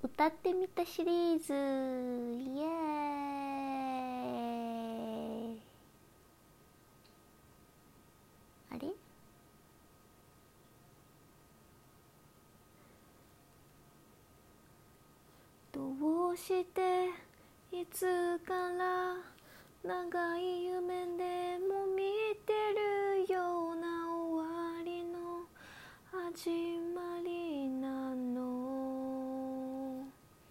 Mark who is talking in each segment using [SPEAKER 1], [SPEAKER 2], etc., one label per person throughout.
[SPEAKER 1] 歌ってみたシリーズ、イエーイ。あれ、どうしていつから長い夢でも見てるような終わりの始まりなの。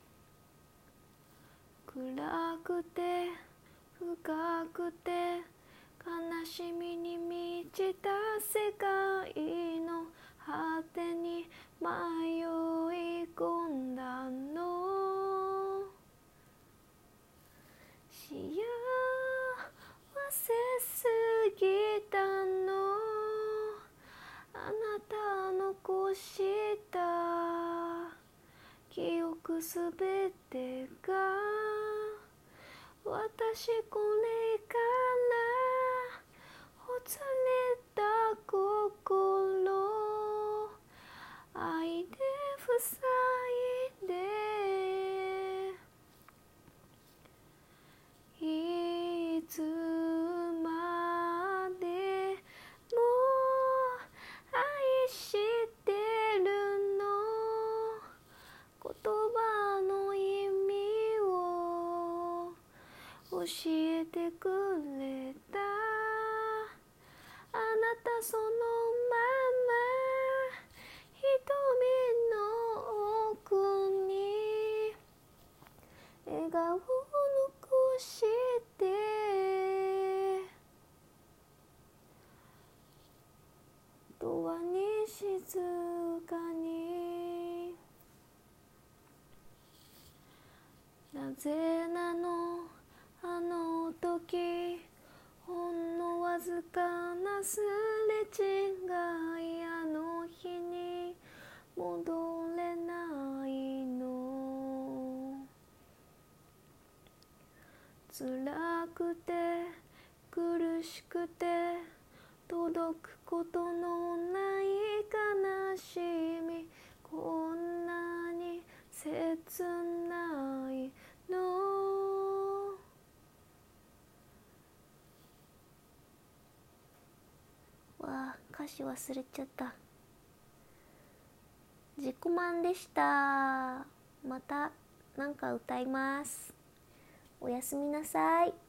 [SPEAKER 1] 暗くて深くて悲しみに満ちた世界の果てに迷い込んだの。幸せすぎたの。あなた残した記憶すべてが私これからほつれた心愛で塞いでいつまでも愛してるの。言葉の意味を教えてくれた。あなたそのまま瞳の奥に笑顔を残してドアに静かに。なぜなのあの時ほんのわずかなすれ違い、あの日に戻れないの。辛くて苦しくて届くことのない悲しみ、こんなに切ないの。わあ、歌詞忘れちゃった。自己満でした。またなんか歌います。おやすみなさい。